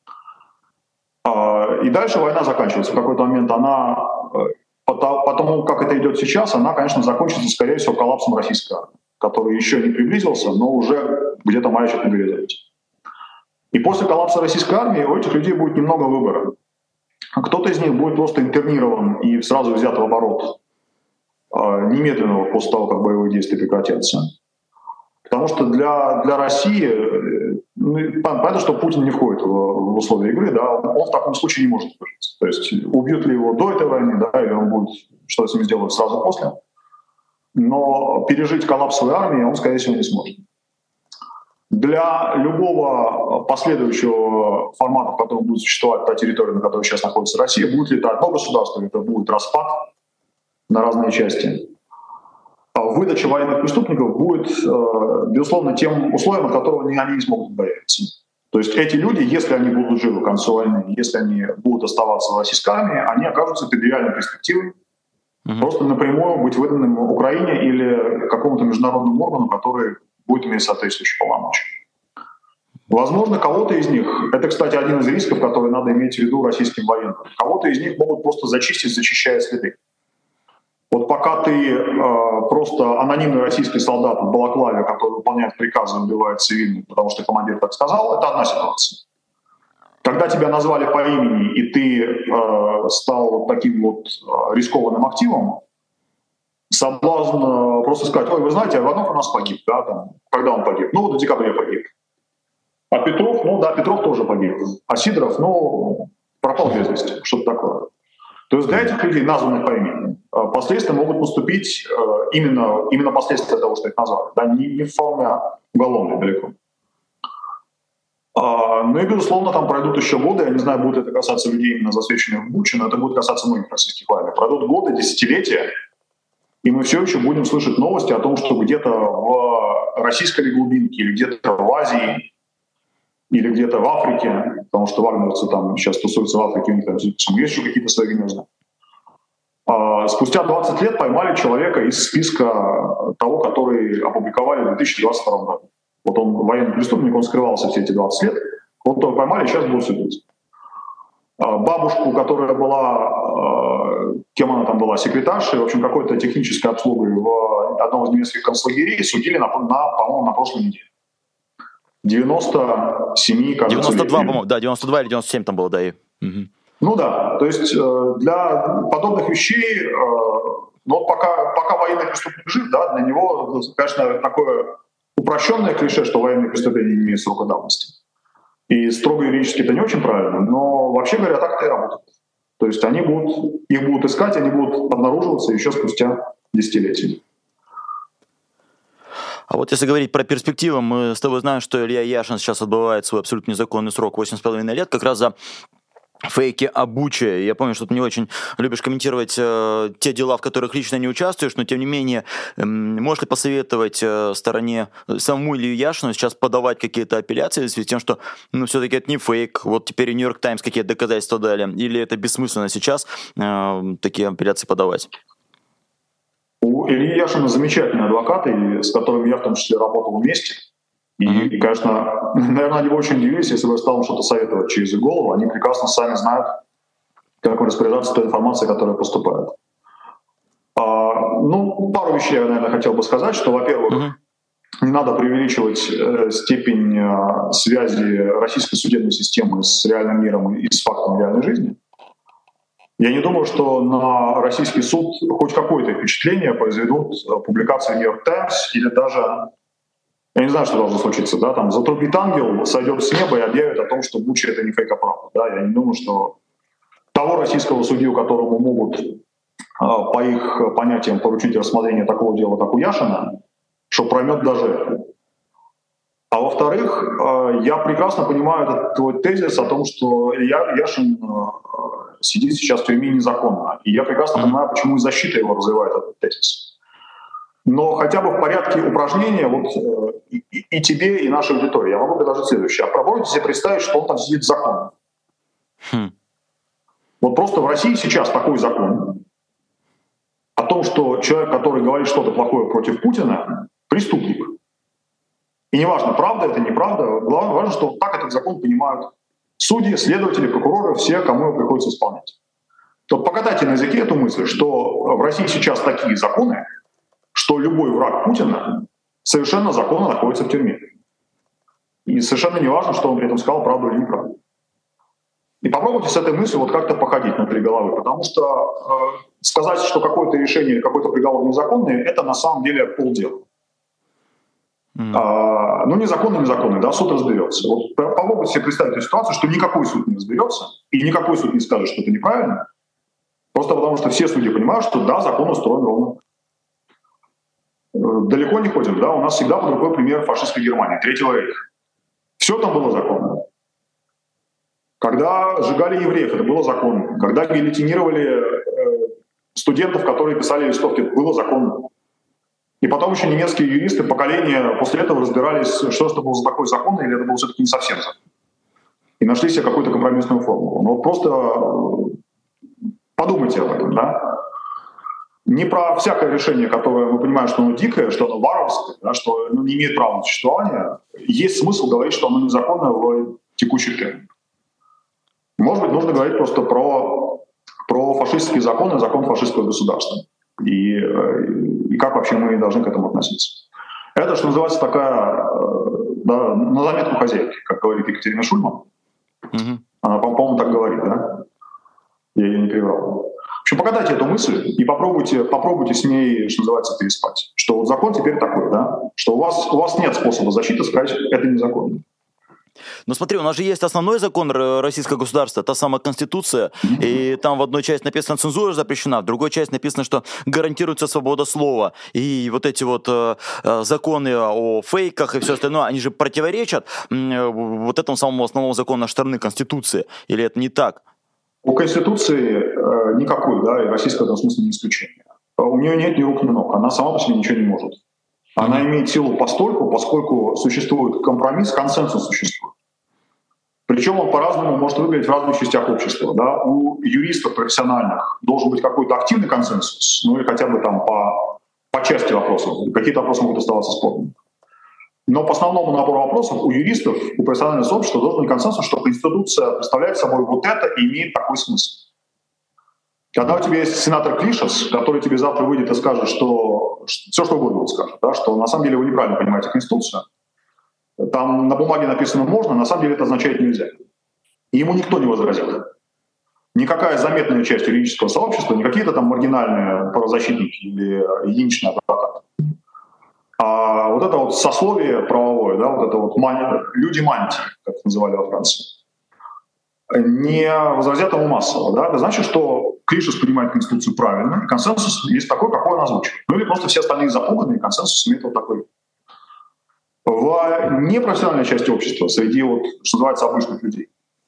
И дальше война заканчивается. В какой-то момент она, потому как это идет сейчас, она, конечно, закончится, скорее всего, коллапсом российской армии, который еще не приблизился, но уже где-то маячит на горизонте. И после коллапса российской армии у этих людей будет немного выбора. Кто-то из них будет просто интернирован и сразу взят в оборот немедленного после того, как боевые действия прекратятся. Потому что для России, понятно, что Путин не входит в условия игры, да, он в таком случае не может выжить. То есть убьют ли его до этой войны, да, или он будет, что с ним сделают сразу после. Но пережить коллапс своей армии он, скорее всего, не сможет. Для любого последующего формата, в котором будет существовать та территория, на которой сейчас находится Россия, будет ли это одно государство, или это будет распад на разные части. Выдача военных преступников будет, безусловно, тем условием, от которого они не смогут избавиться. То есть эти люди, если они будут живы к концу войны, если они будут оставаться в российской армии, они окажутся перед реальной перспективой просто напрямую быть выданным Украине или какому-то международному органу, который будет иметь соответствующие полномочия. Возможно, кого-то из них, это, кстати, один из рисков, который надо иметь в виду российским военным, кого-то из них могут просто зачистить, зачищая следы. Вот пока ты просто анонимный российский солдат в балаклаве, который выполняет приказы и убивает цивильных, потому что командир так сказал, это одна ситуация. Когда тебя назвали по имени, и ты стал таким вот рискованным активом, соблазн просто сказать: ой, вы знаете, Иванов у нас погиб, да, там, когда он погиб? Ну, вот в декабре погиб. А Петров, ну да, Петров тоже погиб. А Сидоров, ну, пропал без вести, что-то такое. То есть для этих людей, названных по имени, последствия могут наступить именно последствия того, что их назвали, да, не в форме уголовной далеко. Ну и, безусловно, там пройдут еще годы, я не знаю, будет это касаться людей, именно засвеченных в Буче, но это будет касаться многих российских военных. Пройдут годы, десятилетия, и мы все еще будем слышать новости о том, что где-то в российской глубинке или где-то в Азии или где-то в Африке, потому что вагнеровцы там сейчас тусуются в Африке, у них там есть еще какие-то свои гнезда. Спустя 20 лет поймали человека из списка того, который опубликовали в 2022 году. Вот он военный преступник, он скрывался все эти 20 лет, вот его поймали, сейчас будут судить. Бабушку, которая была, кем она там была, секретаршей, в общем, какой-то технической обслугой в одном из немецких концлагерей, судили, по-моему, на прошлой неделе. 97, кажется. 92, по-моему, да, 92 или 97 там было, да. Угу. Ну да, то есть для подобных вещей, ну, пока военный преступник жив, да, для него, конечно, такое упрощенное клише, что военные преступления не имеют срока давности. И строго юридически это не очень правильно, но вообще говоря, так это и работает. То есть их будут искать, они будут обнаруживаться еще спустя десятилетия. А вот если говорить про перспективы, мы с тобой знаем, что Илья Яшин сейчас отбывает свой абсолютно незаконный срок 8,5 лет, как раз за фейки о Буче. Я помню, что ты не очень любишь комментировать те дела, в которых лично не участвуешь, но тем не менее, можешь ли посоветовать стороне самому Илью Яшину сейчас подавать какие-то апелляции в связи с тем, что все-таки это не фейк, вот теперь и Нью-Йорк Таймс какие-то доказательства дали, или это бессмысленно сейчас такие апелляции подавать? У Ильи Яшина замечательные адвокаты, с которыми я в том числе работал вместе. И, конечно, наверное, они бы очень удивились, если бы я стал им что-то советовать через их голову. Они прекрасно сами знают, как распоряжаться той информацией, которая поступает. Пару вещей я, наверное, хотел бы сказать, что, во-первых, не надо преувеличивать степень связи российской судебной системы с реальным миром и с фактом реальной жизни. Я не думаю, что на российский суд хоть какое-то впечатление произведут публикации Нью-Йорк Таймс или даже, я не знаю, что должно случиться, да, там затрубит ангел, сойдет с неба и объявит о том, что Буча — это не фейк, а правда. Да? Я не думаю, что того российского судью, которому могут по их понятиям поручить рассмотрение такого дела, как у Яшина, что проймет даже это. А во-вторых, я прекрасно понимаю этот твой тезис о том, что Илья Яшин сидит сейчас в тюрьме незаконно. И я прекрасно понимаю, почему и защита его развивает этот тезис. Но хотя бы в порядке упражнения вот и тебе, и нашей аудитории я могу предложить следующее. Попробуйте себе представить, что он там сидит законно. Вот просто в России сейчас такой закон о том, что человек, который говорит что-то плохое против Путина, преступник. И неважно, правда это, неправда, важно, что вот так этот закон понимают судьи, следователи, прокуроры, все, кому его приходится исполнять. Вот покатайте на языке эту мысль, что в России сейчас такие законы, что любой враг Путина совершенно законно находится в тюрьме. И совершенно не важно, что он при этом сказал, правду или неправду. И попробуйте с этой мыслью вот как-то походить внутри головы, потому что сказать, что какое-то решение или какой-то приговор незаконный, это на самом деле полдела. Незаконный, да, суд разберется. Вот попробуйте себе представить эту ситуацию, что никакой суд не разберется, и никакой суд не скажет, что это неправильно, просто потому что все судьи понимают, что да, закон устроен ровно. Далеко не ходим, да, у нас всегда был другой пример фашистской Германии, Третьего рейха. Все там было законно. Когда сжигали евреев, это было законно. Когда гильотинировали студентов, которые писали листовки, это было законно. И потом еще немецкие юристы поколения после этого разбирались, что это был за такой закон, или это был все-таки не совсем закон. И нашли себе какую-то компромиссную формулу. Но просто подумайте об этом, да. не про всякое решение, которое мы понимаем, что оно дикое, что оно варварское, да, что оно не имеет права на существование. Есть смысл говорить, что оно незаконное в текущих терминах. Может быть, нужно говорить просто про фашистские законы, закон фашистского государства. И как вообще мы должны к этому относиться. Это, что называется, такая, да, на заметку хозяйки, как говорит Екатерина Шульман. Она, по-моему, так говорит, да? Я ее не переврал. В общем, погадайте эту мысль и попробуйте с ней, что называется, переспать. Что вот закон теперь такой, да? Что у вас нет способа защиты сказать, это незаконно. Ну смотри, у нас же есть основной закон российского государства, та самая Конституция, и там в одной части написано «цензура запрещена», в другой части написано, что гарантируется свобода слова. И вот эти вот законы о фейках и все остальное, они же противоречат вот этому самому основному закону на стороны Конституции. Или это не так? У Конституции никакой, да, и российская в этом смысле не исключение. У нее нет ни рук, ни ног, она сама по себе ничего не может. Она имеет силу постольку, поскольку существует компромисс, консенсус существует. Причем он по-разному может выглядеть в разных частях общества. Да? У юристов профессиональных должен быть какой-то активный консенсус, ну или хотя бы там по части вопросов. Какие-то вопросы могут оставаться спорными. Но по основному набору вопросов у юристов, у профессионального сообщества должен быть консенсус, что Конституция представляет собой вот это и имеет такой смысл. Когда у тебя есть сенатор Клишес, который тебе завтра выйдет и скажет, что все, что угодно скажет, да, что на самом деле вы неправильно понимаете Конституцию, там на бумаге написано «можно», на самом деле это означает «нельзя». И ему никто не возразит. Никакая заметная часть юридического сообщества, не какие-то там маргинальные правозащитники или единичные адвокаты, а вот это вот сословие правовое, да, вот это вот люди мантии, как это называли во Франции, не возразят ему массово. Да? Это значит, что Клишес понимает Конституцию правильно, и консенсус есть такой, какой он озвучивает. Ну или просто все остальные запуганы, и консенсус имеет вот такой. В непрофессиональной части общества, среди, вот, что называется, обычных людей,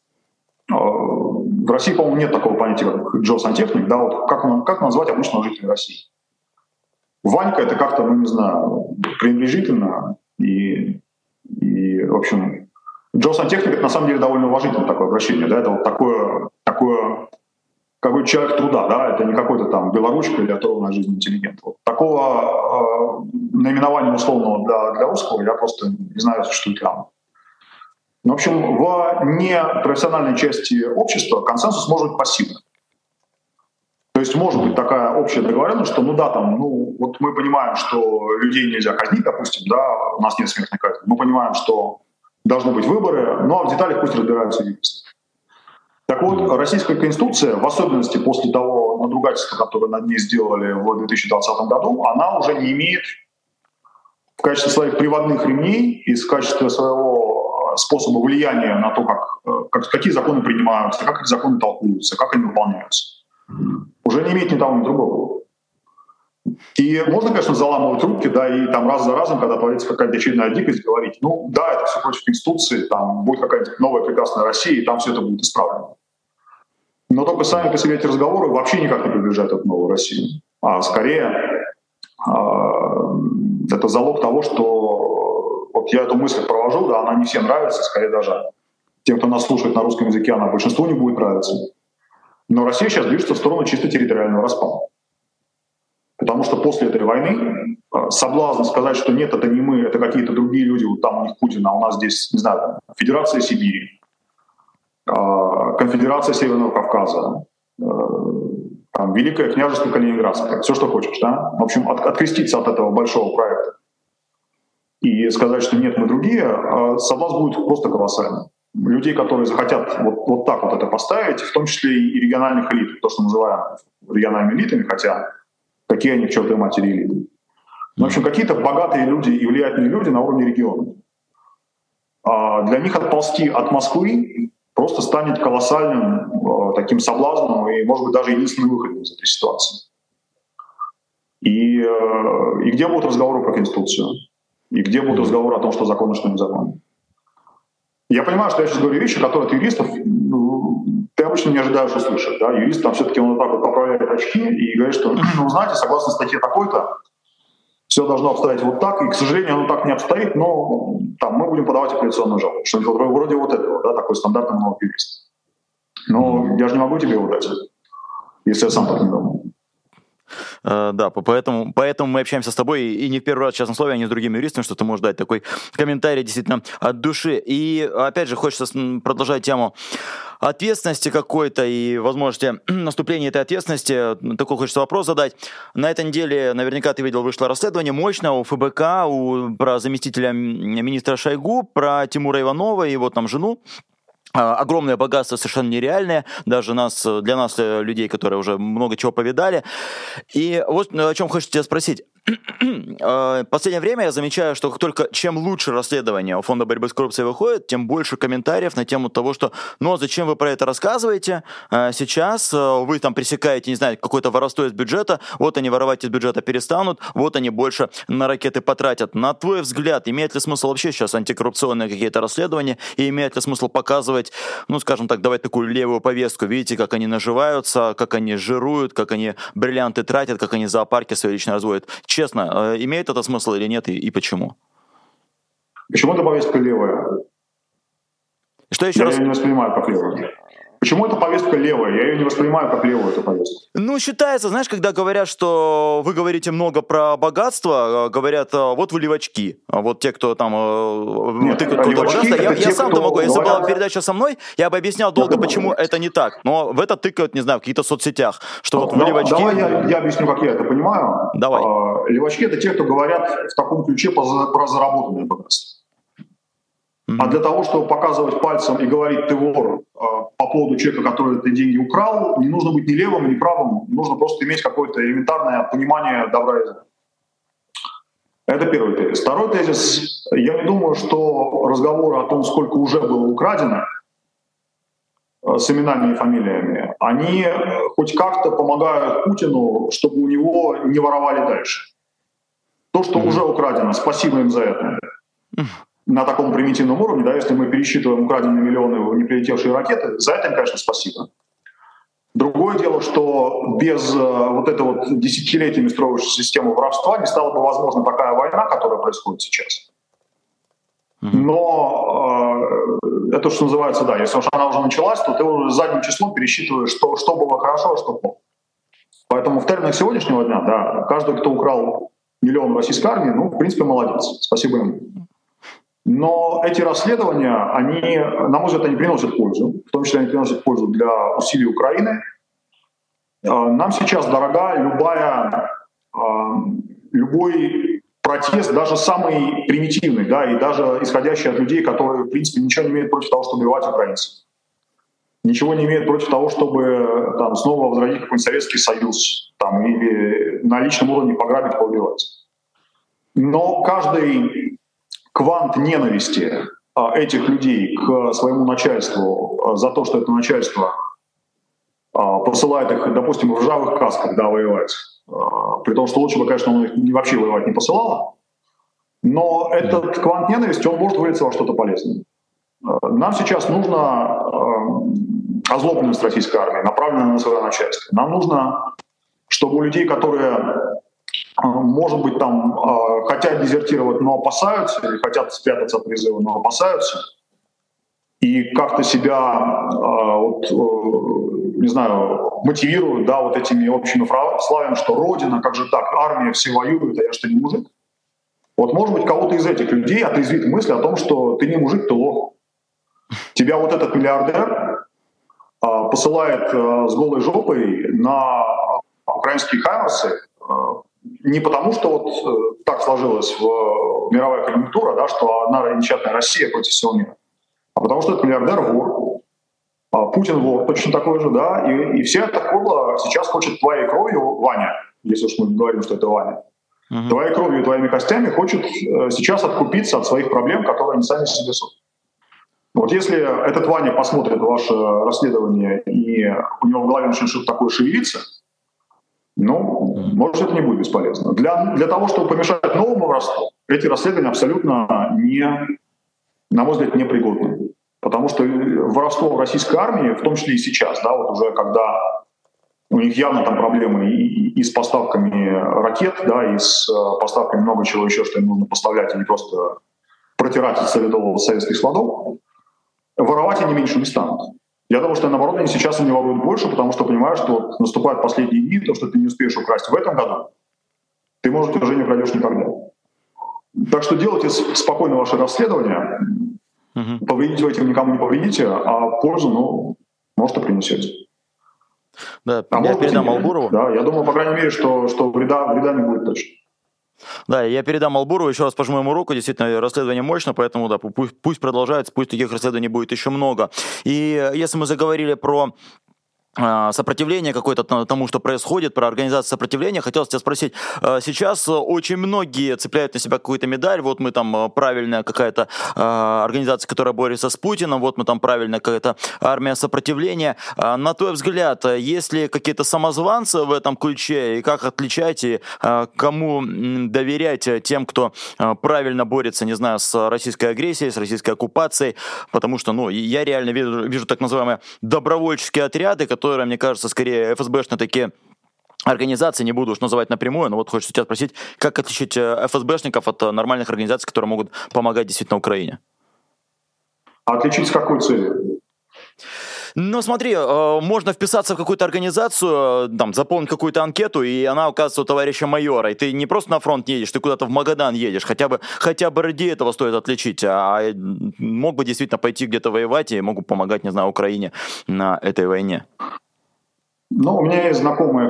в России, по-моему, нет такого понятия, как Джо-сантехник. Да? Вот как назвать обычного жителя России? Ванька — это как-то, ну не знаю, пренебрежительно и в общем... Джо-сантехник — это на самом деле довольно уважительное такое обращение. Да? Это вот такое какой человек труда, да? Это не какой-то там белоручка или оторванная жизнь интеллигент. Вот такого наименования условного для русского я просто не знаю, что это там. В общем, в непрофессиональной части общества консенсус может быть пассивным. То есть может быть такая общая договоренность, что вот мы понимаем, что людей нельзя казнить, допустим, да, у нас нет смертной казни. Мы понимаем, что должны быть выборы, но в деталях пусть разбираются юристы. Так вот, российская Конституция, в особенности после того надругательства, которое над ней сделали в 2020 году, она уже не имеет в качестве своих приводных ремней и в качестве своего способа влияния на то, какие законы принимаются, как эти законы толкуются, как они выполняются. Уже не имеет ни того, ни другого. И можно, конечно, заламывать руки, да, и там раз за разом, когда творится какая-то очередная дикость, говорить, ну да, это все против Конституции, там будет какая-то новая прекрасная Россия, и там все это будет исправлено. Но только сами по себе эти разговоры вообще никак не приближают эту новую Россию. А скорее это залог того, что вот я эту мысль провожу, да, она не всем нравится, скорее даже тем, кто нас слушает на русском языке, она большинству не будет нравиться. Но Россия сейчас движется в сторону чисто территориального распада. Потому что после этой войны соблазн сказать, что нет, это не мы, это какие-то другие люди, вот там у них Путин, а у нас здесь, не знаю, Федерация Сибири, Конфедерация Северного Кавказа, там, Великое княжество Калининградское, все, что хочешь. Да? В общем, откреститься от этого большого проекта и сказать, что нет, мы другие, соблазн будет просто колоссальный. Людей, которые захотят вот так вот это поставить, в том числе и региональных элит, то, что называем региональными элитами, хотя какие они к чертовой матери элиты. В общем, какие-то богатые люди и влиятельные люди на уровне региона. Для них отползти от Москвы просто станет колоссальным таким соблазном и, может быть, даже единственным выходом из этой ситуации. И где будут разговоры про Конституцию? И где будут разговоры о том, что законно, что незаконно? Я понимаю, что я сейчас говорю вещи, которые от юристов ты обычно не ожидаешь услышать. Да? Юрист там все-таки он вот так вот поправляет очки и говорит, что, знаете, согласно статье такой-то, все должно обстоять вот так, и, к сожалению, оно так не обстоит, но там, мы будем подавать апелляционную жалобу. Что-нибудь вроде вот этого, да, такой стандартный много юрист. Но я же не могу тебе его дать, если я сам так не думаю. Да, поэтому мы общаемся с тобой, и не в первый раз в частном слове, а не с другими юристами, что ты можешь дать такой комментарий действительно от души. И опять же хочется продолжать тему ответственности какой-то и возможности наступления этой ответственности. Такой хочется вопрос задать. На этой неделе, наверняка ты видел, вышло расследование мощное у ФБК, про заместителя министра Шойгу, про Тимура Иванова и его там жену. Огромное богатство, совершенно нереальное, даже для нас, людей, которые уже много чего повидали. И вот о чем хочу тебя спросить. В последнее время я замечаю, что только чем лучше расследование у Фонда борьбы с коррупцией выходит, тем больше комментариев на тему того, что ну а зачем вы про это рассказываете сейчас, вы там пресекаете, не знаю, какое-то воровство из бюджета, вот они воровать из бюджета перестанут, вот они больше на ракеты потратят. На твой взгляд, имеет ли смысл вообще сейчас антикоррупционные какие-то расследования, и имеет ли смысл показывать, ну скажем так, давать такую левую повестку, видите, как они наживаются, как они жируют, как они бриллианты тратят, как они зоопарки свои лично разводят. Честно, имеет это смысл или нет, и почему? Почему эта повестка левая? Что еще раз? Я ее не воспринимаю как левую. Почему эта повестка левая? Я ее не воспринимаю как левую, эту повестку. Ну, считается, знаешь, когда говорят, что вы говорите много про богатство, говорят, вот вы левачки, вот те, кто там... Нет, я сам-то могу, если была передача со мной, я бы объяснял долго, почему это не так, но в это тыкают, не знаю, в каких-то соцсетях, что вот вы левачки... Давай я объясню, как я это понимаю. Давай. Левачки — это те, кто говорят в таком ключе про заработанное богатство. А для того, чтобы показывать пальцем и говорить «ты вор» по поводу человека, который эти деньги украл, не нужно быть ни левым, ни правым, нужно просто иметь какое-то элементарное понимание добра и зла. Это первый тезис. Второй тезис. Я не думаю, что разговоры о том, сколько уже было украдено с именами и фамилиями, они хоть как-то помогают Путину, чтобы у него не воровали дальше. То, что уже украдено, спасибо им за это. На таком примитивном уровне, да, если мы пересчитываем украденные миллионы в не прилетевшие ракеты, за это им, конечно, спасибо. Другое дело, что без вот этой вот десятилетиями строившейся системы воровства не стала бы возможна такая война, которая происходит сейчас. Но это, что называется, да, если уж она уже началась, то ты уже задним числом пересчитываешь, что было хорошо, а что плохо. Поэтому в терминах сегодняшнего дня, да, каждый, кто украл миллион российской армии, ну, в принципе, молодец. Спасибо им. Но эти расследования, они, на мой взгляд, они приносят пользу. В том числе они приносят пользу для усилий Украины. Нам сейчас дорога любой протест, даже самый примитивный, да, и даже исходящий от людей, которые, в принципе, ничего не имеют против того, чтобы убивать украинцев. Ничего не имеют против того, чтобы там, снова возродить какой-нибудь Советский Союз там, или на личном уровне пограбить, поубивать. Но каждый квант ненависти этих людей к своему начальству за то, что это начальство посылает их, допустим, в ржавых касках, да, воевать. При том, что лучше бы, конечно, он их вообще воевать не посылал. Но этот квант ненависти, он может вылиться во что-то полезное. Нам сейчас нужна озлобленность российской армии, направленная на свое начальство. Нам нужно, чтобы у людей, которые, может быть, там хотят дезертировать, но опасаются, или хотят спрятаться от призыва, но опасаются, и как-то себя, не знаю, мотивируют, да, вот этими общими словами, что Родина, как же так, армия, все воюют, а я что, не мужик? Вот, может быть, кого-то из этих людей отрезвит мысль о том, что ты не мужик, ты лох. Тебя вот этот миллиардер посылает с голой жопой на украинские хаймерсы не потому, что вот так сложилась мировая конъюнктура, да, что одна несчастная Россия против всего мира, а потому что этот миллиардер вор. Путин вор точно такой же, да, и вся эта кобла сейчас хочет твоей кровью, Ваня, если уж мы говорим, что это Ваня, твоей кровью и твоими костями хочет сейчас откупиться от своих проблем, которые они сами себе создали. Вот если этот Ваня посмотрит ваше расследование, и у него в голове начнет что-то такое шевелиться, ну, может, это не будет бесполезно. Для того, чтобы помешать новому воровству, эти расследования абсолютно на мой взгляд, непригодны. Потому что воровство в российской армии, в том числе и сейчас, да, вот уже когда у них явно там проблемы и с поставками ракет, да, и с поставками много чего еще, что им нужно поставлять, а не просто протирать из советских складов, воровать они меньше не станут. Я думаю, что, наоборот, они сейчас не воруют больше, потому что понимают, что вот наступают последние дни, то, что ты не успеешь украсть в этом году, ты, может, уже не пройдешь никогда. Так что делайте спокойно ваше расследование, повредить вы этим никому не повредите, а пользу, может, и принесете. Да, я передам Албурову. Да, я думаю, по крайней мере, что вреда не будет точно. Да, я передам Албурову, еще раз пожму ему руку, действительно, расследование мощно, поэтому да, пусть продолжается, пусть таких расследований будет еще много. И если мы заговорили про сопротивление какое-то тому, что происходит, про организацию сопротивления. Хотелось тебя спросить, сейчас очень многие цепляют на себя какую-то медаль, вот мы там правильная какая-то организация, которая борется с Путиным, вот мы там правильная какая-то армия сопротивления. На твой взгляд, есть ли какие-то самозванцы в этом ключе, и как отличать, и кому доверять тем, кто правильно борется, не знаю, с российской агрессией, с российской оккупацией, потому что, я реально вижу так называемые добровольческие отряды, которые, мне кажется, скорее ФСБшные такие организации, не буду уж называть напрямую, но вот хочется тебя спросить, как отличить ФСБшников от нормальных организаций, которые могут помогать действительно Украине? Отличить с какой целью? Смотри, можно вписаться в какую-то организацию, там, заполнить какую-то анкету, и она оказывается у товарища майора, и ты не просто на фронт едешь, ты куда-то в Магадан едешь, хотя бы ради этого стоит отличить, а мог бы действительно пойти где-то воевать и могут помогать, не знаю, Украине на этой войне. У меня есть знакомые,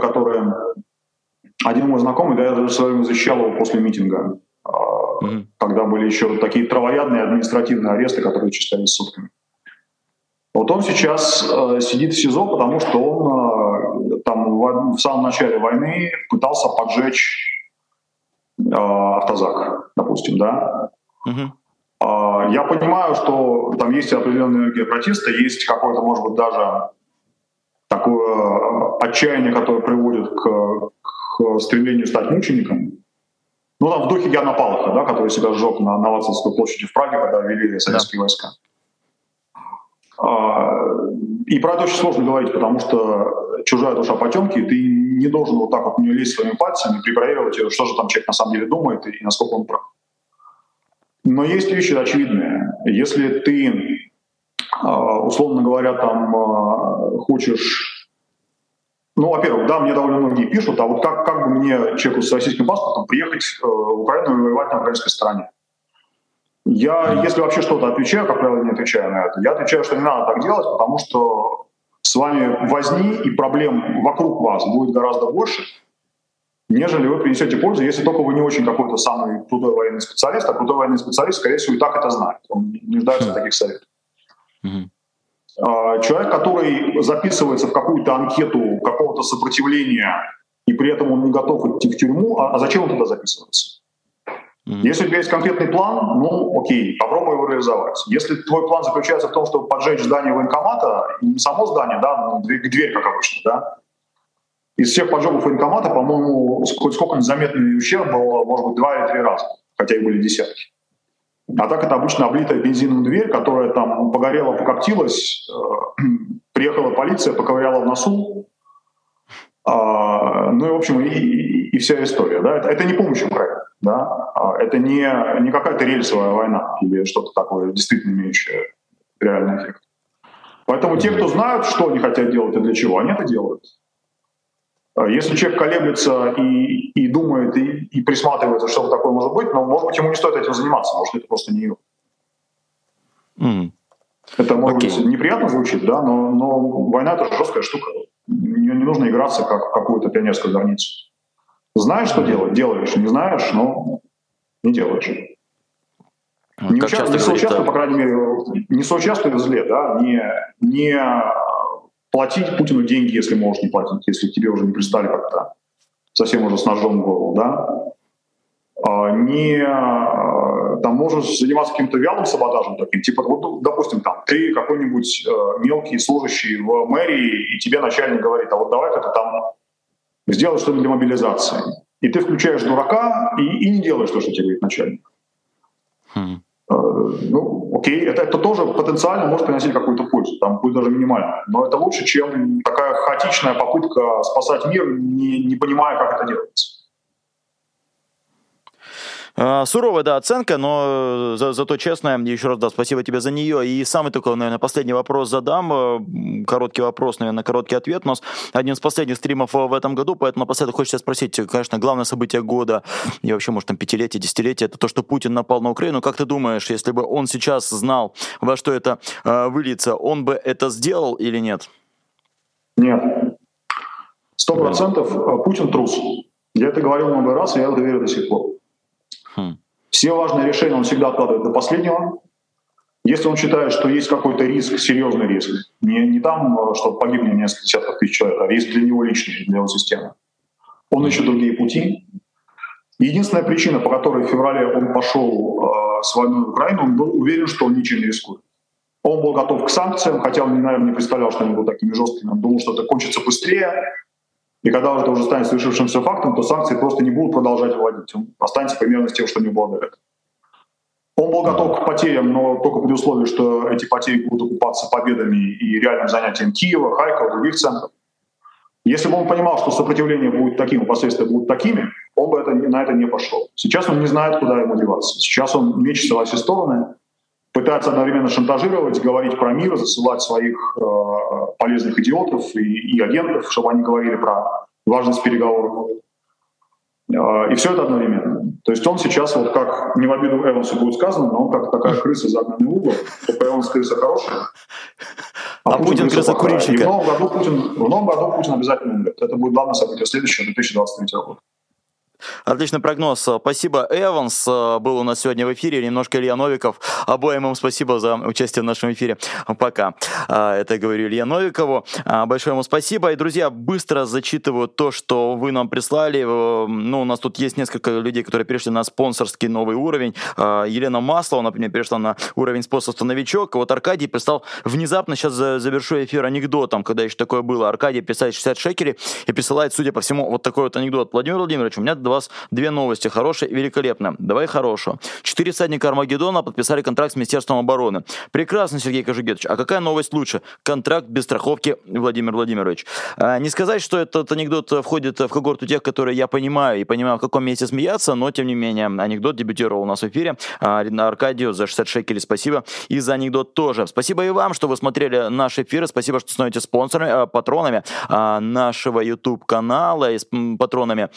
один мой знакомый, я даже в свое время защищал его после митинга, когда были еще такие травоядные административные аресты, которые числялись сутками. Вот он сейчас сидит в СИЗО, потому что он там в самом начале войны пытался поджечь автозак, допустим, да. Я понимаю, что там есть определенные протесты, есть какое-то, может быть, даже такое отчаяние, которое приводит к стремлению стать мучеником. Там в духе Яна Палаха, да, который себя сжег на Вацлавской площади в Праге, когда ввели советские войска. И про это очень сложно говорить, потому что чужая душа потемки, ты не должен вот так вот в нее лезть своими пальцами, перепроверивать, что же там человек на самом деле думает и насколько он прав. Но есть вещи очевидные. Если ты, условно говоря, там хочешь... во-первых, да, мне довольно многие пишут, а вот как бы мне, человеку с российским паспортом, приехать в Украину и воевать на украинской стороне? Я, если вообще что-то отвечаю, как правило, не отвечаю на это, я отвечаю, что не надо так делать, потому что с вами возни и проблем вокруг вас будет гораздо больше, нежели вы принесете пользу, если только вы не очень какой-то самый крутой военный специалист, а крутой военный специалист, скорее всего, и так это знает. Он не нуждается в таких советах. Человек, который записывается в какую-то анкету какого-то сопротивления, и при этом он не готов идти в тюрьму, а зачем он туда записывается? Если у тебя есть конкретный план, окей, попробуй его реализовать. Если твой план заключается в том, чтобы поджечь здание военкомата, не само здание, да, дверь, как обычно, да, из всех поджогов военкомата, по-моему, хоть сколько незаметный ущерб был, может быть, 2 или 3 раза, хотя их были десятки. А так это обычно облитая бензином дверь, которая там погорела, покоптилась, приехала полиция, поковыряла в носу, в общем, и вся история. Да? Это не помощь Украине. Да? Это не какая-то рельсовая война или что-то такое, действительно имеющее реальный эффект. Поэтому те, кто знают, что они хотят делать и для чего, они это делают. Если человек колеблется и думает, и присматривается, что такое может быть, может быть, ему не стоит этим заниматься, может, это просто не его. Это, может быть, неприятно звучит, да, но война — это жесткая штука. Не нужно играться как какую-то пионерскую границу. Знаешь, что делать? Делаешь. Не знаешь, но не делаешь. Не соучаствуй, по крайней мере, не соучаствуй в зле, да, не платить Путину деньги, если можешь не платить, если тебе уже не пристали как-то совсем уже с ножом в голову, да. Там можешь заниматься каким-то вялым саботажем таким, типа, вот, допустим, там, ты какой-нибудь мелкий служащий в мэрии, и тебе начальник говорит, а вот давай-ка ты там сделай что-нибудь для мобилизации. И ты включаешь дурака и не делаешь то, что тебе говорит начальник. Окей, это тоже потенциально может приносить какую-то пользу, там будет даже минимально. Но это лучше, чем такая хаотичная попытка спасать мир, не понимая, как это делается. Суровая, да, оценка, но зато честная. Еще раз, да, спасибо тебе за нее. И самый такой, наверное, последний вопрос задам. Короткий вопрос, наверное, короткий ответ. У нас один из последних стримов в этом году, поэтому напоследок хочется спросить, конечно, главное событие года и вообще, может, там, 5-летие, 10-летие, это то, что Путин напал на Украину. Как ты думаешь, если бы он сейчас знал, во что это выльется, он бы это сделал или нет? Нет. 100% Путин трус. Я это говорил много раз, и я в это верю до сих пор. Все важные решения он всегда откладывает до последнего. Если он считает, что есть какой-то риск, серьезный риск, не там, что погибнет несколько десятков тысяч человек, а риск для него личный, для его системы, он ищет другие пути. Единственная причина, по которой в феврале он пошел с войной в Украину, он был уверен, что он ничем не рискует. Он был готов к санкциям, хотя он, наверное, не представлял, что они будут такими жесткими. Он думал, что это кончится быстрее. И когда это уже станет совершившимся фактом, то санкции просто не будут продолжать вводить. Он останется примерно с тем, что не было до этого. Он был готов к потерям, но только при условии, что эти потери будут окупаться победами и реальным занятием Киева, Харькова, других центров. Если бы он понимал, что сопротивление будет таким, и последствия будут такими, он бы на это не пошел. Сейчас он не знает, куда ему деваться. Сейчас он мечется во все стороны, пытается одновременно шантажировать, говорить про мир, засылать своих полезных идиотов и агентов, чтобы они говорили про важность переговоров. И все это одновременно. То есть он сейчас, вот как, не в обиду Эвансу будет сказано, но он как такая крыса загнанный в угол. Только Эванс крыса хорошая, а Путин крыса курильщика. И в новом году Путин обязательно умрет. Это будет главное событие следующего 2023 года. Отличный прогноз. Спасибо, Эванс. Был у нас сегодня в эфире. Немножко Илья Новиков. Обоим им спасибо за участие в нашем эфире. Пока. Это говорю Илья Новикову. Большое ему спасибо. И, друзья, быстро зачитываю то, что вы нам прислали. Ну, у нас тут есть несколько людей, которые перешли на спонсорский новый уровень. Елена Маслова, например, перешла на уровень спонсорства новичок. Вот Аркадий прислал внезапно, сейчас завершу эфир анекдотом, когда еще такое было. Аркадий присылает 60 шекелей и присылает, судя по всему, вот такой вот анекдот. Владимир Владимирович, у меня для вас две новости, хорошая и великолепная. Давай хорошую. 4 всадника Армагеддона подписали контракт с Министерством обороны. Прекрасно, Сергей Кожугетович. А какая новость лучше? Контракт без страховки, Владимир Владимирович. Не сказать, что этот анекдот входит в когорту тех, которые я понимаю и понимаю, в каком месте смеяться, но, тем не менее, анекдот дебютировал у нас в эфире. Аркадию за 60 шекелей спасибо. И за анекдот тоже. Спасибо и вам, что вы смотрели наш эфир. Спасибо, что становитесь спонсорами, патронами нашего YouTube-канала и патронами,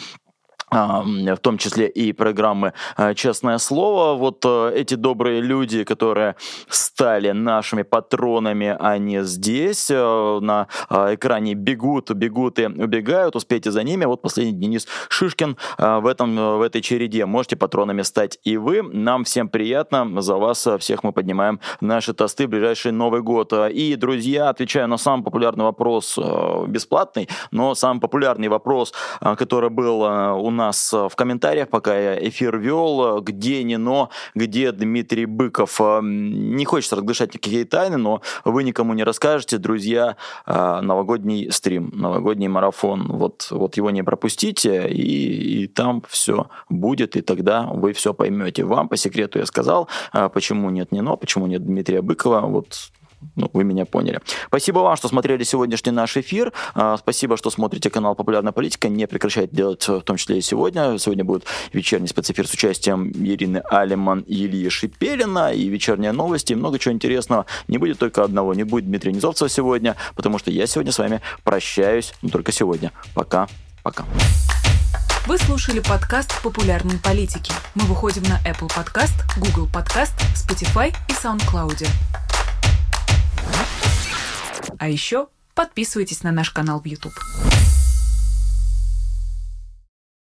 в том числе и программы «Честное слово». Вот эти добрые люди, которые стали нашими патронами, они здесь на экране бегут и убегают. Успейте за ними. Вот последний Денис Шишкин в этой череде. Можете патронами стать и вы. Нам всем приятно. За вас всех мы поднимаем наши тосты в ближайший Новый год. И, друзья, отвечаю на самый популярный вопрос, бесплатный, но самый популярный вопрос, который был у нас в комментариях, пока я эфир вел, где Нино, где Дмитрий Быков. Не хочется разглашать никакие тайны, но вы никому не расскажете, друзья, новогодний стрим, новогодний марафон. Вот его не пропустите, и там все будет, и тогда вы все поймете. Вам по секрету я сказал, почему нет Нино, почему нет Дмитрия Быкова. Вы меня поняли. Спасибо вам, что смотрели сегодняшний наш эфир. Спасибо, что смотрите канал «Популярная политика». Не прекращайте делать, в том числе и сегодня. Сегодня будет вечерний спецэфир с участием Ирины Алиман и Ильи Шипелина, и вечерние новости, и много чего интересного. Не будет только одного. Не будет Дмитрия Низовцева сегодня, потому что я сегодня с вами прощаюсь, но только сегодня. Пока. Вы слушали подкаст «Популярной политики». Мы выходим на Apple Podcast, Google Podcast, Spotify и SoundCloud. А еще подписывайтесь на наш канал в YouTube.